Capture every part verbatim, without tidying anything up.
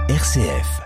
R C F.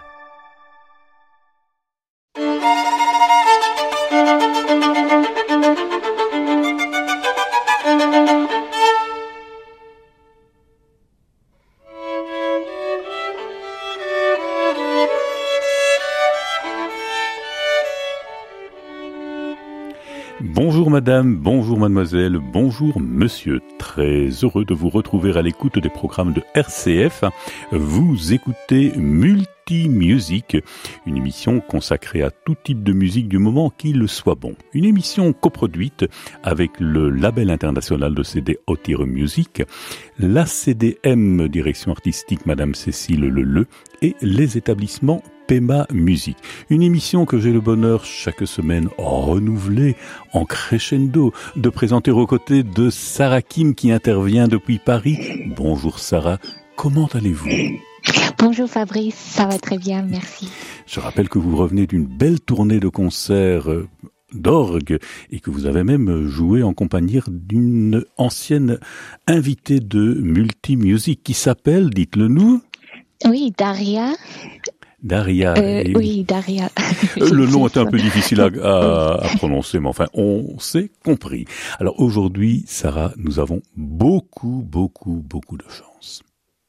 Bonjour madame, bonjour mademoiselle, bonjour monsieur. Très heureux de vous retrouver à l'écoute des programmes de R C F. Vous écoutez Multi-Music, une émission consacrée à tout type de musique du moment qu'il soit bon. Une émission coproduite avec le label international de C D Otire Music, la C D M direction artistique madame Cécile Leleu et les établissements Pema Music. Une émission que j'ai le bonheur chaque semaine renouvelée en crescendo de présenter aux côtés de Sarah Kim qui intervient depuis Paris. Bonjour Sarah, comment allez-vous ? Bonjour Fabrice, ça va très bien, merci. Je rappelle que vous revenez d'une belle tournée de concerts d'orgue et que vous avez même joué en compagnie d'une ancienne invitée de Multi-Music qui s'appelle, dites-le nous. Oui, Daria. Daria. Euh, et... Oui, Daria. Le nom est un peu difficile à, à, à prononcer, mais enfin, on s'est compris. Alors aujourd'hui, Sarah, nous avons beaucoup, beaucoup, beaucoup de chance.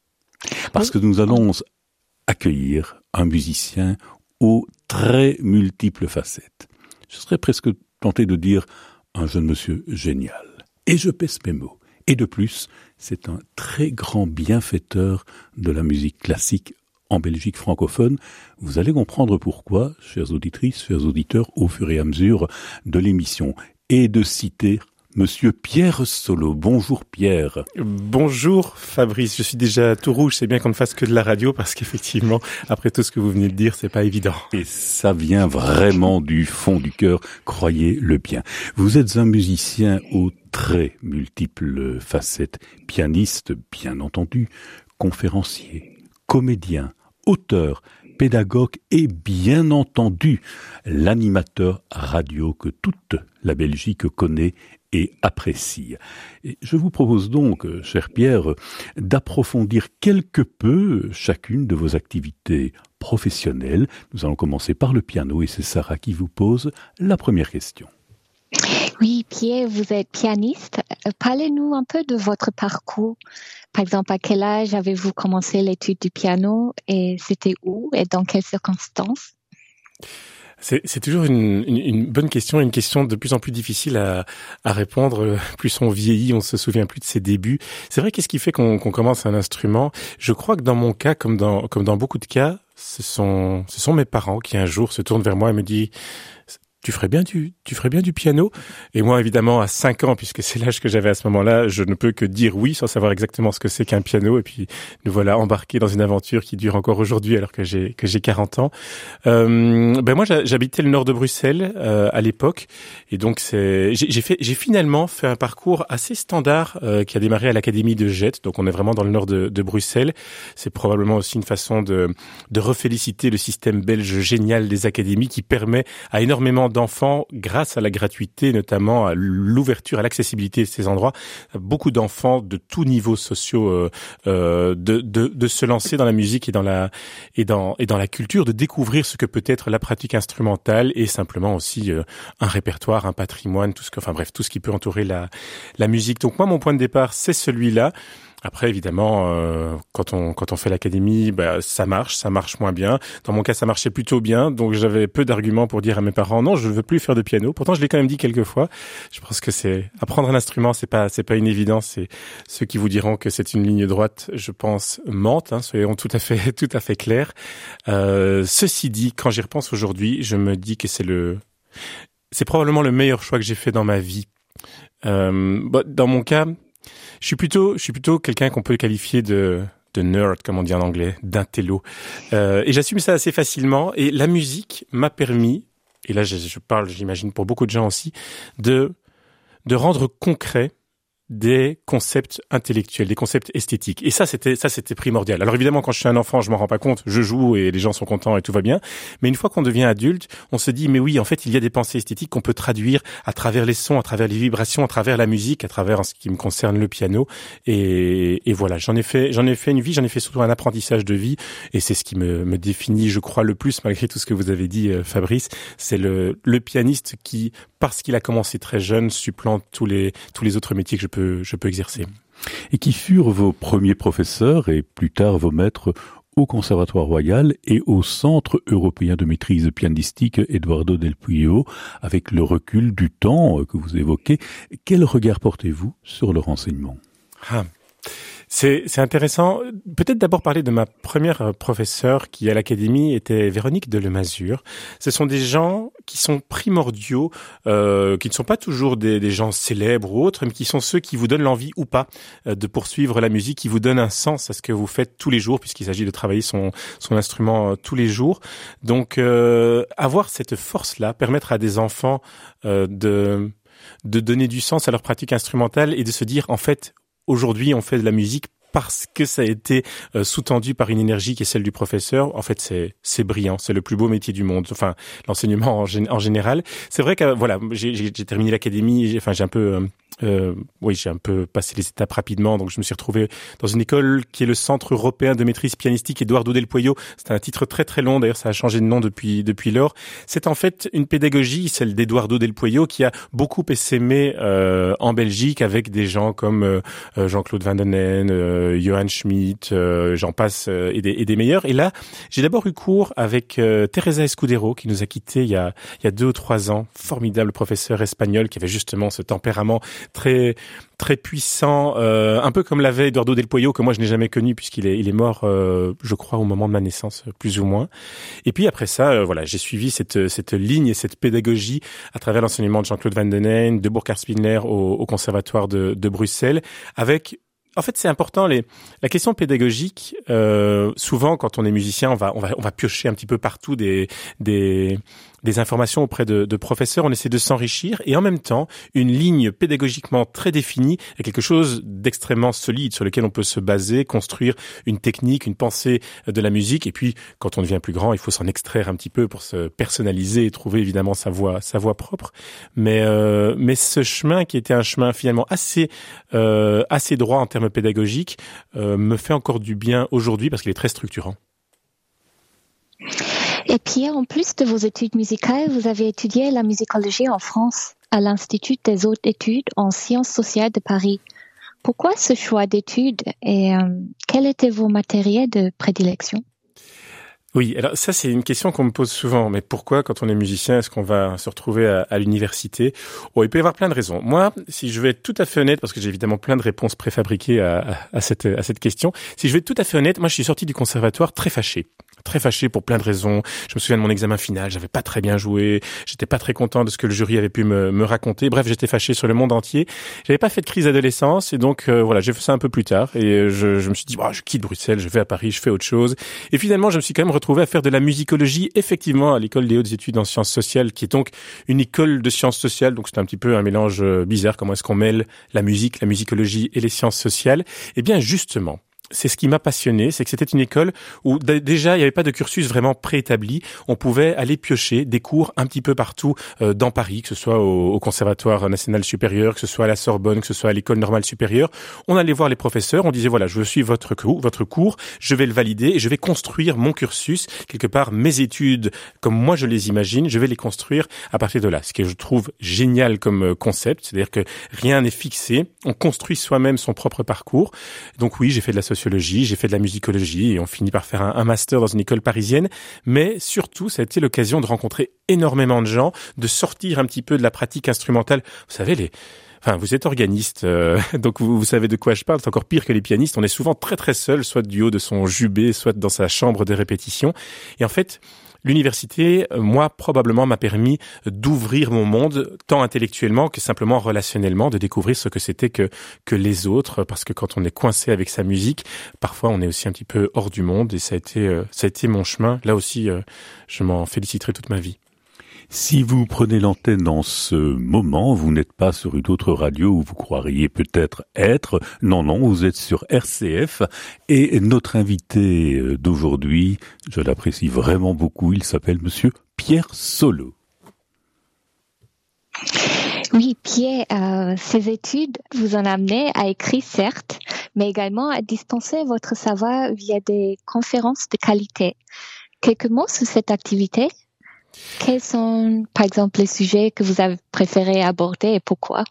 Parce oui. que nous allons accueillir un musicien aux très multiples facettes. Je serais presque tenté de dire un jeune monsieur génial. Et je pèse mes mots. Et de plus, c'est un très grand bienfaiteur de la musique classique en Belgique francophone. Vous allez comprendre pourquoi, chères auditrices, chers auditeurs, au fur et à mesure de l'émission. Et de citer Monsieur Pierre Solo. Bonjour Pierre. Bonjour Fabrice, je suis déjà tout rouge, c'est bien qu'on ne fasse que de la radio parce qu'effectivement, après tout ce que vous venez de dire, c'est pas évident. Et ça vient vraiment du fond du cœur, croyez-le bien. Vous êtes un musicien aux très multiples facettes, pianiste bien entendu, conférencier, comédien, auteur, pédagogue et bien entendu l'animateur radio que toute la Belgique connaît et apprécie. Et je vous propose donc, cher Pierre, d'approfondir quelque peu chacune de vos activités professionnelles. Nous allons commencer par le piano et c'est Sarah qui vous pose la première question. Oui, Pierre, vous êtes pianiste. Parlez-nous un peu de votre parcours. Par exemple, à quel âge avez-vous commencé l'étude du piano et c'était où et dans quelles circonstances ? C'est, c'est toujours une, une, une bonne question, une question de plus en plus difficile à, à répondre. Plus on vieillit, on se souvient plus de ses débuts. C'est vrai, qu'est-ce qui fait qu'on, qu'on commence un instrument ? Je crois que dans mon cas, comme dans, comme dans beaucoup de cas, ce sont, ce sont mes parents qui un jour se tournent vers moi et me disent « Tu ferais bien du, tu ferais bien du piano ?» Et moi, évidemment, à cinq ans, puisque c'est l'âge que j'avais à ce moment-là, je ne peux que dire oui sans savoir exactement ce que c'est qu'un piano. Et puis, nous voilà embarqués dans une aventure qui dure encore aujourd'hui alors que j'ai, que j'ai quarante ans. Euh, ben moi, j'habitais le nord de Bruxelles, euh, à l'époque. Et donc, c'est, j'ai, j'ai fait, j'ai finalement fait un parcours assez standard, euh, qui a démarré à l'Académie de Jette. Donc, on est vraiment dans le nord de, de Bruxelles. C'est probablement aussi une façon de, de reféliciter le système belge génial des académies qui permet à énormément d'enfants, grâce à la gratuité, notamment à l'ouverture, à l'accessibilité de ces endroits, beaucoup d'enfants de tous niveaux sociaux euh, euh, de, de, de se lancer dans la musique et dans la et dans et dans la culture, de découvrir ce que peut être la pratique instrumentale et simplement aussi euh, un répertoire, un patrimoine, tout ce que, enfin bref, tout ce qui peut entourer la la musique. Donc moi, mon point de départ, c'est celui-là. Après, évidemment, euh, quand on quand on fait l'académie, bah ça marche, ça marche moins bien. Dans mon cas, ça marchait plutôt bien, donc j'avais peu d'arguments pour dire à mes parents non, je veux plus faire de piano. Pourtant, je l'ai quand même dit quelques fois. Je pense que c'est apprendre un instrument, c'est pas c'est pas une évidence. C'est ceux qui vous diront que c'est une ligne droite, je pense, mentent. Hein, soyons tout à fait tout à fait clairs. Euh, ceci dit, quand j'y repense aujourd'hui, je me dis que c'est le c'est probablement le meilleur choix que j'ai fait dans ma vie. Euh, bah, dans mon cas. Je suis plutôt, je suis plutôt quelqu'un qu'on peut qualifier de, de nerd, comme on dit en anglais, d'intello. Euh, et j'assume ça assez facilement. Et la musique m'a permis, et là je, je parle, j'imagine pour beaucoup de gens aussi, de, de rendre concret des concepts intellectuels, des concepts esthétiques. Et ça, c'était ça, c'était primordial. Alors évidemment, quand je suis un enfant, je m'en rends pas compte. Je joue et les gens sont contents et tout va bien. Mais une fois qu'on devient adulte, on se dit, mais oui, en fait, il y a des pensées esthétiques qu'on peut traduire à travers les sons, à travers les vibrations, à travers la musique, à travers, en ce qui me concerne, le piano. Et, et voilà, j'en ai fait, j'en ai fait une vie, j'en ai fait surtout un apprentissage de vie. Et c'est ce qui me, me définit, je crois, le plus, malgré tout ce que vous avez dit, Fabrice. C'est le, le pianiste qui, parce qu'il a commencé très jeune, supplante tous les, tous les autres métiers que je peux je peux exercer. Et qui furent vos premiers professeurs et plus tard vos maîtres au Conservatoire Royal et au Centre européen de maîtrise pianistique Eduardo Del Puello, avec le recul du temps que vous évoquez. Quel regard portez-vous sur leur enseignement? Ah. C'est, c'est intéressant. Peut-être d'abord parler de ma première professeure qui, à l'académie, était Véronique de Lemazur. Ce sont des gens qui sont primordiaux, euh, qui ne sont pas toujours des, des gens célèbres ou autres, mais qui sont ceux qui vous donnent l'envie ou pas de poursuivre la musique, qui vous donnent un sens à ce que vous faites tous les jours, puisqu'il s'agit de travailler son, son instrument tous les jours. Donc, euh, avoir cette force-là, permettre à des enfants euh, de, de donner du sens à leur pratique instrumentale et de se dire, en fait, aujourd'hui, on fait de la musique parce que ça a été euh, sous-tendu par une énergie qui est celle du professeur. En fait, c'est c'est brillant, c'est le plus beau métier du monde. Enfin, l'enseignement en, gé- en général. C'est vrai que voilà, j'ai, j'ai, j'ai terminé l'académie. J'ai, enfin, j'ai un peu euh, Euh, oui, j'ai un peu passé les étapes rapidement, donc je me suis retrouvé dans une école qui est le Centre européen de maîtrise pianistique Eduardo Del Puello. C'est un titre très très long, d'ailleurs ça a changé de nom depuis depuis lors. C'est en fait une pédagogie, celle d'Eduardo Del Puello, qui a beaucoup essaimé euh, en Belgique avec des gens comme euh, Jean-Claude Van den Ende, euh, Johann Schmidt, euh, j'en passe, euh, et, des, et des meilleurs. Et là, j'ai d'abord eu cours avec euh, Teresa Escudero, qui nous a quittés il y a, il y a deux ou trois ans, formidable professeur espagnol qui avait justement ce tempérament très très puissant, euh, un peu comme l'avait Eduardo Del Puello, que moi je n'ai jamais connu puisqu'il est il est mort, euh, je crois, au moment de ma naissance, plus ou moins. Et puis après ça, euh, voilà, j'ai suivi cette cette ligne et cette pédagogie à travers l'enseignement de Jean-Claude Van den Ende, de Burkhard Spindler au, au Conservatoire de, de Bruxelles, avec en fait, c'est important. Les, la question pédagogique, euh, souvent, quand on est musicien, on va, on va, on va piocher un petit peu partout des, des, des informations auprès de, de professeurs. On essaie de s'enrichir et en même temps, une ligne pédagogiquement très définie est quelque chose d'extrêmement solide sur lequel on peut se baser, construire une technique, une pensée de la musique. Et puis, quand on devient plus grand, il faut s'en extraire un petit peu pour se personnaliser et trouver évidemment sa voix, sa voix propre. Mais, euh, mais ce chemin qui était un chemin finalement assez, euh, assez droit en termes pédagogique euh, me fait encore du bien aujourd'hui parce qu'il est très structurant. Et Pierre, en plus de vos études musicales, vous avez étudié la musicologie en France à l'Institut des hautes études en sciences sociales de Paris. Pourquoi ce choix d'études et euh, quels étaient vos matériels de prédilection ? Oui, alors ça c'est une question qu'on me pose souvent. Mais pourquoi, quand on est musicien, est-ce qu'on va se retrouver à, à l'université ? Oh, il peut y avoir plein de raisons. Moi, si je vais être tout à fait honnête, parce que j'ai évidemment plein de réponses préfabriquées à, à, à cette à cette question, si je vais être tout à fait honnête, moi je suis sorti du conservatoire très fâché. Très fâché pour plein de raisons. Je me souviens de mon examen final, j'avais pas très bien joué, j'étais pas très content de ce que le jury avait pu me, me raconter. Bref, j'étais fâché sur le monde entier. J'avais pas fait de crise d'adolescence et donc euh, voilà, j'ai fait ça un peu plus tard et je, je me suis dit, oh, je quitte Bruxelles, je vais à Paris, je fais autre chose. Et finalement, je me suis quand même retrouvé à faire de la musicologie, effectivement, à l'école des hautes études en sciences sociales, qui est donc une école de sciences sociales. Donc c'est un petit peu un mélange bizarre. Comment est-ce qu'on mêle la musique, la musicologie et les sciences sociales ? Eh bien, justement, c'est ce qui m'a passionné, c'est que c'était une école où d- déjà il n'y avait pas de cursus vraiment préétabli. On pouvait aller piocher des cours un petit peu partout euh, dans Paris, que ce soit au, au Conservatoire national supérieur, que ce soit à la Sorbonne, que ce soit à l'École normale supérieure. On allait voir les professeurs, on disait voilà, je suis votre cours, votre cours, je vais le valider et je vais construire mon cursus, quelque part mes études comme moi je les imagine, je vais les construire à partir de là. Ce que je trouve génial comme concept, c'est-à-dire que rien n'est fixé, on construit soi-même son propre parcours. Donc oui, j'ai fait de la sociologie, j'ai fait de la musicologie et on finit par faire un, un master dans une école parisienne. Mais surtout, ça a été l'occasion de rencontrer énormément de gens, de sortir un petit peu de la pratique instrumentale. Vous savez, les... Enfin, vous êtes organiste, euh, donc vous, vous savez de quoi je parle. C'est encore pire que les pianistes. On est souvent très très seul, soit du haut de son jubé, soit dans sa chambre de répétition. Et en fait, l'université, moi, probablement m'a permis d'ouvrir mon monde, tant intellectuellement que simplement relationnellement, de découvrir ce que c'était que que les autres, parce que quand on est coincé avec sa musique, parfois on est aussi un petit peu hors du monde, et ça a été, euh, ça a été mon chemin. Là aussi, euh, je m'en féliciterai toute ma vie. Si vous prenez l'antenne en ce moment, vous n'êtes pas sur une autre radio où vous croiriez peut-être être. Non, non, vous êtes sur R C F. Et notre invité d'aujourd'hui, je l'apprécie vraiment beaucoup, il s'appelle Monsieur Pierre Solo. Oui, Pierre, euh, ces études vous ont amené à écrire, certes, mais également à dispenser votre savoir via des conférences de qualité. Quelques mots sur cette activité? Quels sont, par exemple, les sujets que vous avez préféré aborder et pourquoi?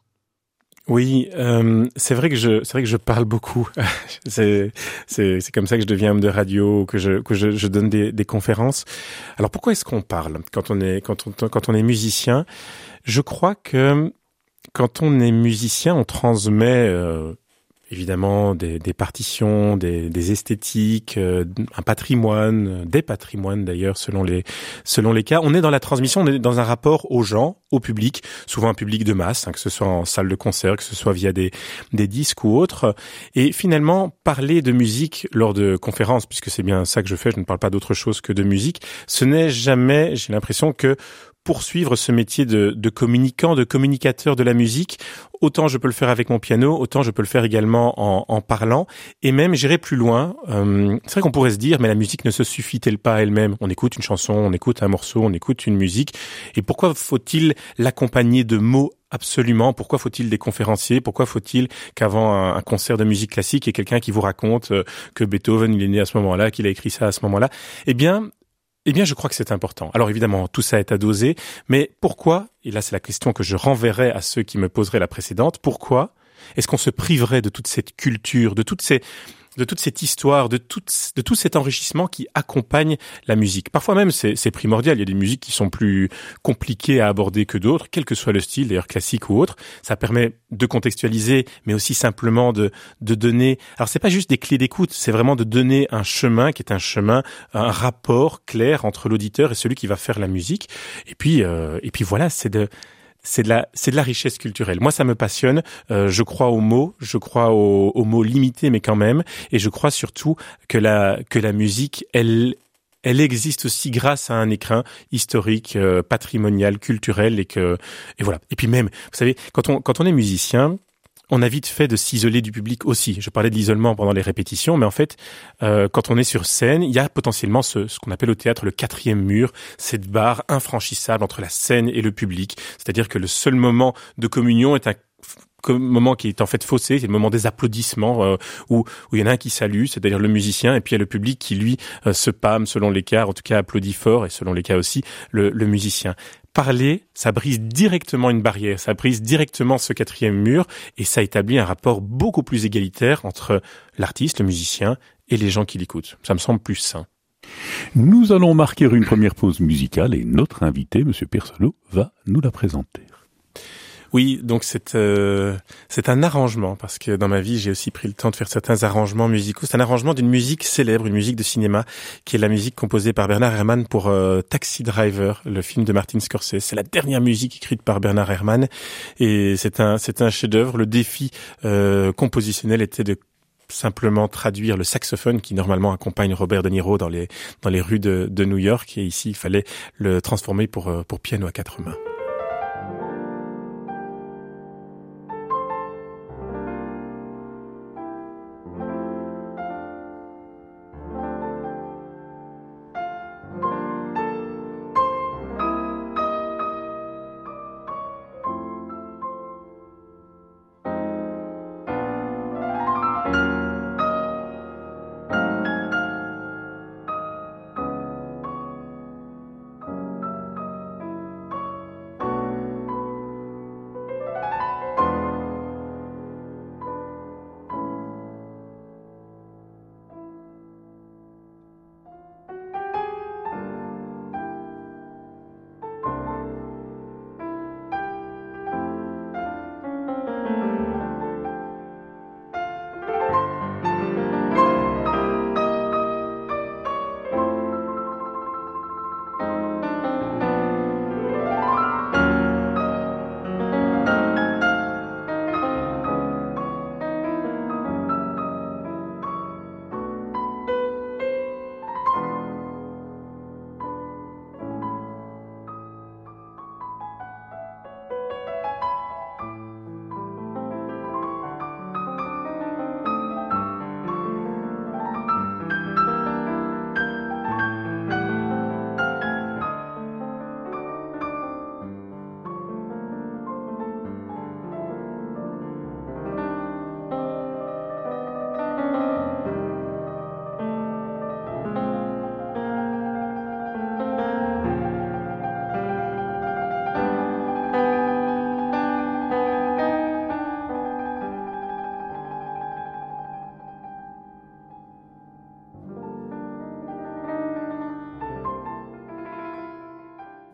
Oui, euh, c'est vrai que je, c'est vrai que je parle beaucoup. c'est, c'est, c'est comme ça que je deviens homme de radio, que je, que je, je donne des, des conférences. Alors pourquoi est-ce qu'on parle quand on est, quand on, quand on est musicien? Je crois que quand on est musicien, on transmet euh, évidemment des, des partitions, des, des esthétiques, euh, un patrimoine, des patrimoines d'ailleurs selon les selon les cas. On est dans la transmission, on est dans un rapport aux gens, au public, souvent un public de masse, hein, que ce soit en salle de concert, que ce soit via des des disques ou autres. Et finalement, parler de musique lors de conférences, puisque c'est bien ça que je fais, je ne parle pas d'autre chose que de musique, ce n'est jamais, j'ai l'impression que poursuivre ce métier de, de communicant, de communicateur de la musique. Autant je peux le faire avec mon piano, autant je peux le faire également en, en parlant. Et même, j'irai plus loin. Euh, c'est vrai qu'on pourrait se dire, mais la musique ne se suffit-elle pas à elle-même? On écoute une chanson, on écoute un morceau, on écoute une musique. Et pourquoi faut-il l'accompagner de mots? Absolument. Pourquoi faut-il des conférenciers? Pourquoi faut-il qu'avant un, un concert de musique classique, il y ait quelqu'un qui vous raconte euh, que Beethoven, il est né à ce moment-là, qu'il a écrit ça à ce moment-là? Eh bien, Eh bien, je crois que c'est important. Alors évidemment, tout ça est à doser, mais pourquoi, et là c'est la question que je renverrai à ceux qui me poseraient la précédente, pourquoi est-ce qu'on se priverait de toute cette culture, de toutes ces... de toute cette histoire, de tout, de tout cet enrichissement qui accompagne la musique. Parfois même, c'est, c'est primordial. Il y a des musiques qui sont plus compliquées à aborder que d'autres, quel que soit le style, d'ailleurs classique ou autre. Ça permet de contextualiser, mais aussi simplement de, de donner... Alors, c'est pas juste des clés d'écoute, c'est vraiment de donner un chemin qui est un chemin, un rapport clair entre l'auditeur et celui qui va faire la musique. Et puis, euh, et puis voilà, c'est de... C'est de la, c'est de la richesse culturelle. Moi, ça me passionne. Euh, je crois aux mots, je crois aux, aux mots limités, mais quand même. Et je crois surtout que la, que la musique, elle, elle existe aussi grâce à un écrin historique, euh, patrimonial, culturel, et que, et voilà. Et puis même, vous savez, quand on, quand on est musicien, on a vite fait de s'isoler du public aussi. Je parlais de l'isolement pendant les répétitions, mais en fait, euh, quand on est sur scène, il y a potentiellement ce, ce qu'on appelle au théâtre le quatrième mur, cette barre infranchissable entre la scène et le public. C'est-à-dire que le seul moment de communion est un moment qui est en fait faussé, c'est le moment des applaudissements euh, où où il y en a un qui salue, c'est-à-dire le musicien, et puis il y a le public qui lui euh, se pâme selon les cas, en tout cas applaudit fort, et selon les cas aussi le, le musicien. Parler, ça brise directement une barrière, ça brise directement ce quatrième mur, et ça établit un rapport beaucoup plus égalitaire entre l'artiste, le musicien, et les gens qui l'écoutent. Ça me semble plus sain. Nous allons marquer une première pause musicale, et notre invité, Monsieur Pierre Solo, va nous la présenter. Oui, donc c'est euh, c'est un arrangement, parce que dans ma vie, j'ai aussi pris le temps de faire certains arrangements musicaux. C'est un arrangement d'une musique célèbre, une musique de cinéma, qui est la musique composée par Bernard Herrmann pour euh, Taxi Driver, le film de Martin Scorsese. C'est la dernière musique écrite par Bernard Herrmann, et c'est un c'est un chef-d'œuvre. Le défi euh, compositionnel était de simplement traduire le saxophone qui normalement accompagne Robert De Niro dans les dans les rues de, de New York, et ici il fallait le transformer pour pour piano à quatre mains.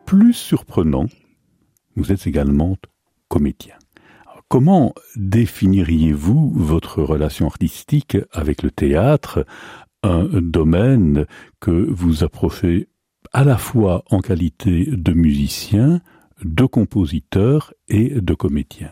plus surprenant, vous êtes également comédien. Alors, comment définiriez-vous votre relation artistique avec le théâtre, un domaine que vous approchez à la fois en qualité de musicien, de compositeur et de comédien?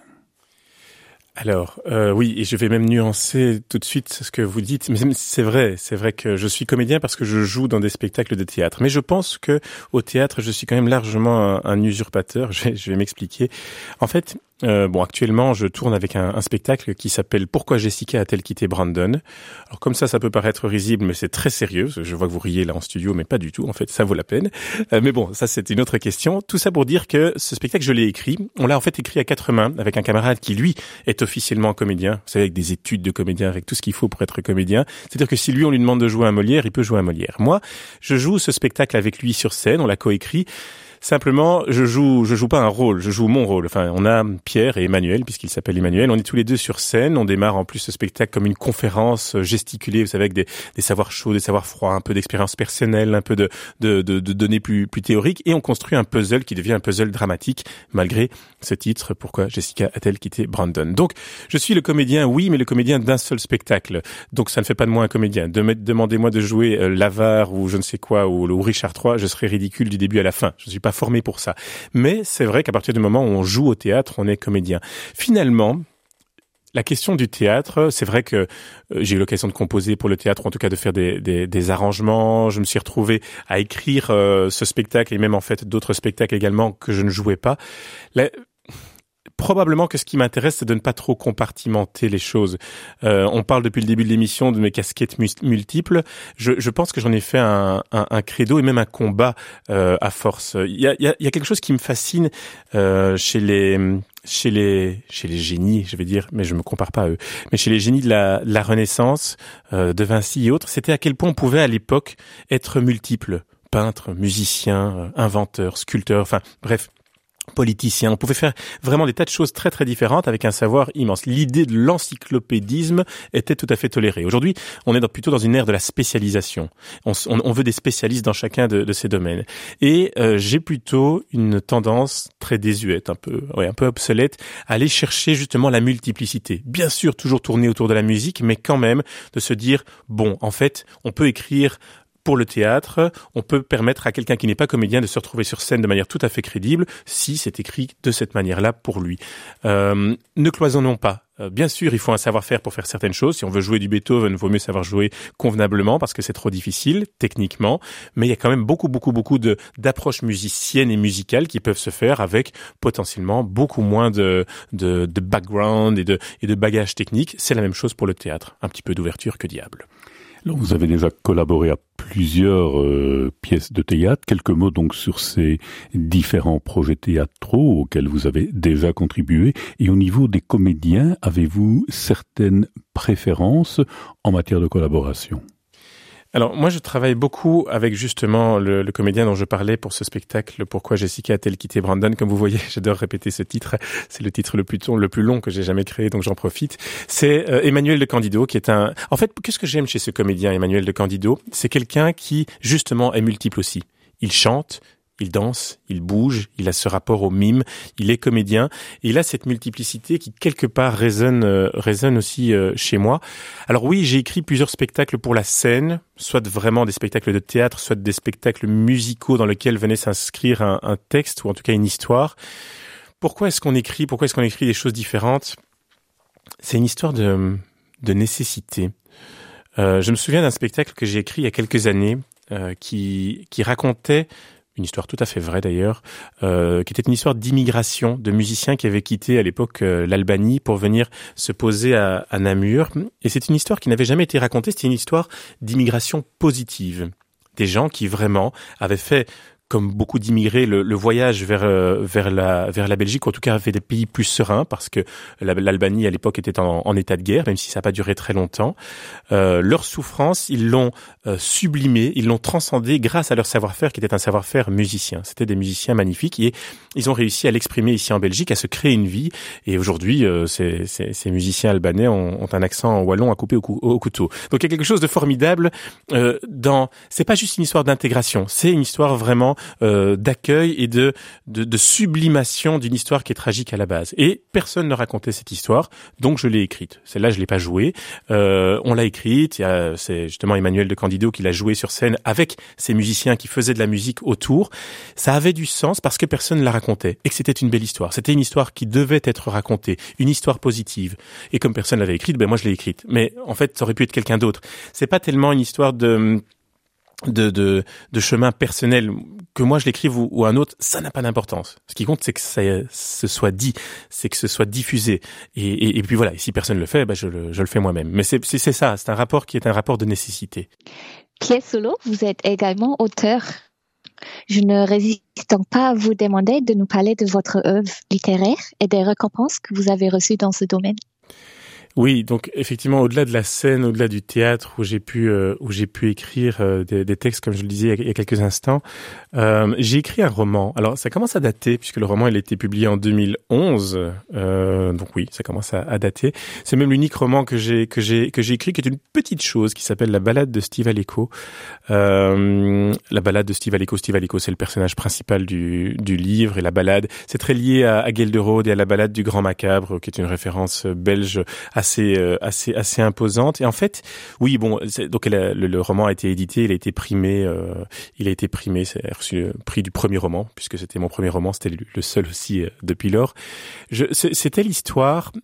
Alors, euh, oui, et je vais même nuancer tout de suite ce que vous dites. Mais c'est vrai, c'est vrai que je suis comédien parce que je joue dans des spectacles de théâtre. Mais je pense que au théâtre, je suis quand même largement un, un usurpateur. Je vais, je vais m'expliquer. En fait, Euh, bon, actuellement, je tourne avec un, un spectacle qui s'appelle « Pourquoi Jessica a-t-elle quitté Brandon ?» Alors, comme ça, ça peut paraître risible, mais c'est très sérieux. Je vois que vous riez là en studio, mais pas du tout. En fait, ça vaut la peine. Euh, mais bon, ça, c'est une autre question. Tout ça pour dire que ce spectacle, je l'ai écrit. On l'a en fait écrit à quatre mains avec un camarade qui, lui, est officiellement comédien. Vous savez, avec des études de comédien, avec tout ce qu'il faut pour être comédien. C'est-à-dire que si lui, on lui demande de jouer un Molière, il peut jouer un Molière. Moi, je joue ce spectacle avec lui sur scène. On l'a coécrit. Simplement, je joue, je joue pas un rôle, je joue mon rôle. Enfin, on a Pierre et Emmanuel, puisqu'il s'appelle Emmanuel. On est tous les deux sur scène. On démarre en plus ce spectacle comme une conférence gesticulée, vous savez, avec des, des savoirs chauds, des savoirs froids, un peu d'expérience personnelle, un peu de, de, de, de données plus, plus théoriques. Et on construit un puzzle qui devient un puzzle dramatique, malgré ce titre. Pourquoi Jessica a-t-elle quitté Brandon? Donc, je suis le comédien, oui, mais le comédien d'un seul spectacle. Donc, ça ne fait pas de moi un comédien. De, demandez-moi de jouer euh, l'Avare ou je ne sais quoi, ou, ou Richard trois, je serai ridicule du début à la fin. Je ne suis pas formé pour ça. Mais c'est vrai qu'à partir du moment où on joue au théâtre, on est comédien. Finalement, la question du théâtre, c'est vrai que euh, j'ai eu l'occasion de composer pour le théâtre, ou en tout cas de faire des, des, des arrangements. Je me suis retrouvé à écrire euh, ce spectacle et même en fait d'autres spectacles également que je ne jouais pas. La, Probablement que ce qui m'intéresse, c'est de ne pas trop compartimenter les choses. Euh, on parle depuis le début de l'émission de mes casquettes mus- multiples. Je, je pense que j'en ai fait un, un, un credo et même un combat euh, à force. Il y a, il y a, il y a quelque chose qui me fascine euh, chez les chez les chez les génies, je vais dire, mais je me compare pas à eux. Mais chez les génies de la, de la Renaissance, euh, de Vinci et autres, c'était à quel point on pouvait à l'époque être multiples, peintre, musicien, inventeur, sculpteur, enfin bref. Politicien, on pouvait faire vraiment des tas de choses très très différentes avec un savoir immense. L'idée de l'encyclopédisme était tout à fait tolérée. Aujourd'hui, on est dans, plutôt dans une ère de la spécialisation. On, on, on veut des spécialistes dans chacun de, de ces domaines. Et euh, j'ai plutôt une tendance très désuète, un peu, ouais, un peu obsolète, à aller chercher justement la multiplicité. Bien sûr, toujours tourner autour de la musique, mais quand même de se dire bon, en fait, on peut écrire pour le théâtre, on peut permettre à quelqu'un qui n'est pas comédien de se retrouver sur scène de manière tout à fait crédible si c'est écrit de cette manière-là pour lui. Euh, ne cloisonnons pas. Euh, bien sûr, il faut un savoir-faire pour faire certaines choses. Si on veut jouer du Beethoven, il vaut mieux savoir jouer convenablement parce que c'est trop difficile techniquement. Mais il y a quand même beaucoup, beaucoup, beaucoup de d'approches musiciennes et musicales qui peuvent se faire avec potentiellement beaucoup moins de de, de background et de et de bagage technique. C'est la même chose pour le théâtre. Un petit peu d'ouverture que diable. Alors, vous avez déjà collaboré à plusieurs euh, pièces de théâtre. Quelques mots donc sur ces différents projets théâtraux auxquels vous avez déjà contribué. Et au niveau des comédiens, avez-vous certaines préférences en matière de collaboration ? Alors moi je travaille beaucoup avec justement le, le comédien dont je parlais pour ce spectacle Pourquoi Jessica a-t-elle quitté Brandon. Comme vous voyez, j'adore répéter ce titre, c'est le titre le plus long, le plus long que j'ai jamais créé, donc j'en profite. C'est euh, Emmanuel de Candido qui est un... En fait, qu'est-ce que j'aime chez ce comédien Emmanuel de Candido ? C'est quelqu'un qui justement est multiple aussi. Il chante, il danse, il bouge, il a ce rapport au mime, il est comédien, et il a cette multiplicité qui quelque part résonne, euh, résonne aussi euh, chez moi. Alors oui, j'ai écrit plusieurs spectacles pour la scène, soit vraiment des spectacles de théâtre, soit des spectacles musicaux dans lesquels venait s'inscrire un, un texte, ou en tout cas une histoire. Pourquoi est-ce qu'on écrit, pourquoi est-ce qu'on écrit des choses différentes ? C'est une histoire de, de nécessité. Euh, je me souviens d'un spectacle que j'ai écrit il y a quelques années, euh, qui, qui racontait une histoire tout à fait vraie d'ailleurs, euh, qui était une histoire d'immigration de musiciens qui avaient quitté à l'époque euh, l'Albanie pour venir se poser à, à Namur. Et c'est une histoire qui n'avait jamais été racontée, c'était une histoire d'immigration positive. Des gens qui vraiment avaient fait, comme beaucoup d'immigrés, le, le voyage vers euh, vers la vers la Belgique, en tout cas vers des pays plus sereins, parce que la, l'Albanie à l'époque était en, en état de guerre, même si ça n'a pas duré très longtemps. Euh, leur souffrance, ils l'ont euh, sublimée, ils l'ont transcendée grâce à leur savoir-faire, qui était un savoir-faire musicien. C'était des musiciens magnifiques et ils ont réussi à l'exprimer ici en Belgique, à se créer une vie. Et aujourd'hui, euh, ces, ces, ces musiciens albanais ont, ont un accent wallon à couper au, cou- au couteau. Donc il y a quelque chose de formidable euh, dans. C'est pas juste une histoire d'intégration, c'est une histoire vraiment euh, d'accueil et de, de, de sublimation d'une histoire qui est tragique à la base. Et personne ne racontait cette histoire, donc je l'ai écrite. Celle-là, je l'ai pas jouée. Euh, on l'a écrite. Il y a, c'est justement Emmanuel de Candido qui l'a jouée sur scène avec ses musiciens qui faisaient de la musique autour. Ça avait du sens parce que personne ne la racontait et que c'était une belle histoire. C'était une histoire qui devait être racontée, une histoire positive. Et comme personne l'avait écrite, ben moi je l'ai écrite. Mais en fait, ça aurait pu être quelqu'un d'autre. C'est pas tellement une histoire de de de, de chemin personnel que moi je l'écrive ou, ou un autre, ça n'a pas d'importance. Ce qui compte, c'est que ça se soit dit, c'est que ce soit diffusé. Et, et, et puis voilà. Et si personne le fait, ben je le je le fais moi-même. Mais c'est c'est, c'est ça. C'est un rapport qui est un rapport de nécessité. Pierre Solo, vous êtes également auteur. Je ne résiste donc pas à vous demander de nous parler de votre œuvre littéraire et des récompenses que vous avez reçues dans ce domaine. Oui, donc effectivement, au-delà de la scène, au-delà du théâtre où j'ai pu euh, où j'ai pu écrire euh, des, des textes, comme je le disais il y a quelques instants, euh, j'ai écrit un roman. Alors ça commence à dater puisque le roman il a été publié en deux mille onze, euh, donc oui, ça commence à, à dater. C'est même l'unique roman que j'ai que j'ai que j'ai écrit, qui est une petite chose qui s'appelle La Ballade de Steve Aleko. Euh, la Ballade de Steve Aleko. Steve Aleko, c'est le personnage principal du du livre, et la ballade, c'est très lié à, à Gelderode et à la Ballade du Grand Macabre, qui est une référence belge à assez euh, assez assez imposante. Et en fait, oui, bon, c'est, donc le, le roman a été édité, il a été primé, euh, il a été primé, c'est reçu le prix du premier roman, puisque c'était mon premier roman, c'était le, le seul aussi euh, depuis lors. Je, c'était l'histoire,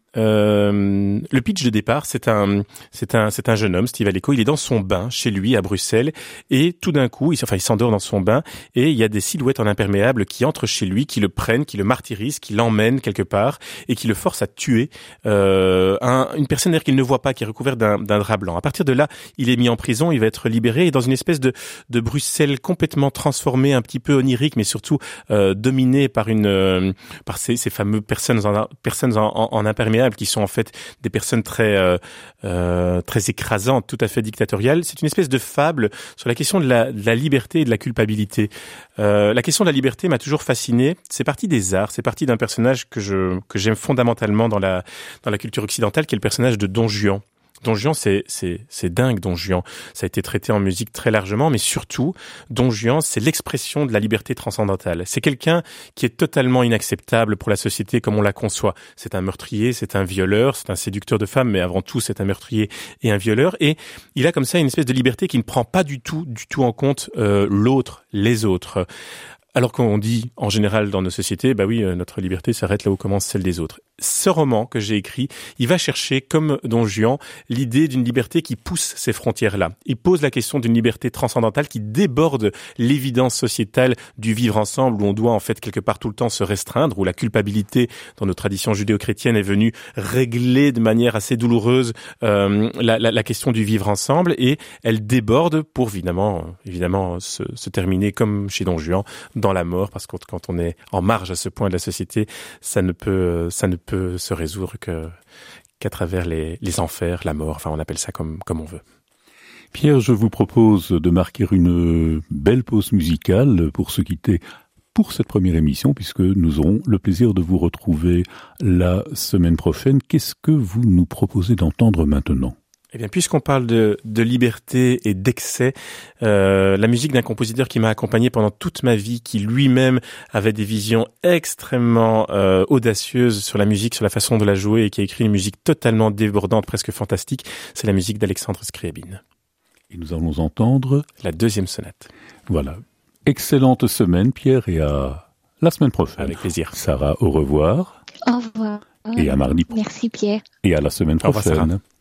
euh, le pitch de départ, c'est un c'est un c'est un jeune homme, Steve Aleko, il est dans son bain chez lui à Bruxelles, et tout d'un coup, il, enfin il s'endort dans son bain, et il y a des silhouettes en imperméable qui entrent chez lui, qui le prennent, qui le martyrisent, qui l'emmènent quelque part et qui le forcent à tuer euh, un une personne d'ailleurs qu'il ne voit pas, qui est recouverte d'un, d'un drap blanc. À partir de là, il est mis en prison, il va être libéré, et dans une espèce de, de Bruxelles complètement transformée, un petit peu onirique, mais surtout euh, dominée par une euh, par ces, ces fameux personnes en, personnes en, en, en imperméable, qui sont en fait des personnes très euh, euh, très écrasantes, tout à fait dictatoriales. C'est une espèce de fable sur la question de la, de la liberté et de la culpabilité. Euh, la question de la liberté m'a toujours fasciné. C'est parti des arts, c'est parti d'un personnage que je que j'aime fondamentalement dans la dans la culture occidentale, qui est le personnage de Don Juan. Don Juan, c'est, c'est, c'est dingue, Don Juan. Ça a été traité en musique très largement, mais surtout, Don Juan, c'est l'expression de la liberté transcendantale. C'est quelqu'un qui est totalement inacceptable pour la société comme on la conçoit. C'est un meurtrier, c'est un violeur, c'est un séducteur de femmes, mais avant tout, c'est un meurtrier et un violeur. Et il a comme ça une espèce de liberté qui ne prend pas du tout, du tout en compte euh, l'autre, les autres. Alors qu'on dit, en général, dans nos sociétés, bah oui, notre liberté s'arrête là où commence celle des autres. Ce roman que j'ai écrit, il va chercher, comme Don Juan, l'idée d'une liberté qui pousse ces frontières-là. Il pose la question d'une liberté transcendantale qui déborde l'évidence sociétale du vivre ensemble, où on doit en fait quelque part tout le temps se restreindre, où la culpabilité, dans nos traditions judéo-chrétiennes, est venue régler de manière assez douloureuse euh, la, la, la question du vivre ensemble, et elle déborde pour évidemment, évidemment se, se terminer comme chez Don Juan, dans la mort, parce que quand on est en marge à ce point de la société, ça ne peut, ça ne peut se résoudre que, qu'à travers les, les enfers, la mort, enfin on appelle ça comme, comme on veut. Pierre, je vous propose de marquer une belle pause musicale pour se quitter pour cette première émission, puisque nous aurons le plaisir de vous retrouver la semaine prochaine. Qu'est-ce que vous nous proposez d'entendre maintenant ? Eh bien, puisqu'on parle de, de liberté et d'excès, euh, la musique d'un compositeur qui m'a accompagné pendant toute ma vie, qui lui-même avait des visions extrêmement euh, audacieuses sur la musique, sur la façon de la jouer, et qui a écrit une musique totalement débordante, presque fantastique, c'est la musique d'Alexandre Scriabine. Et nous allons entendre la deuxième sonate. Voilà. Excellente semaine, Pierre, et à la semaine prochaine. Avec plaisir. Sarah, au revoir. Au revoir. Et à mardi. Merci, Pierre. Et à la semaine prochaine. Au revoir, Sarah.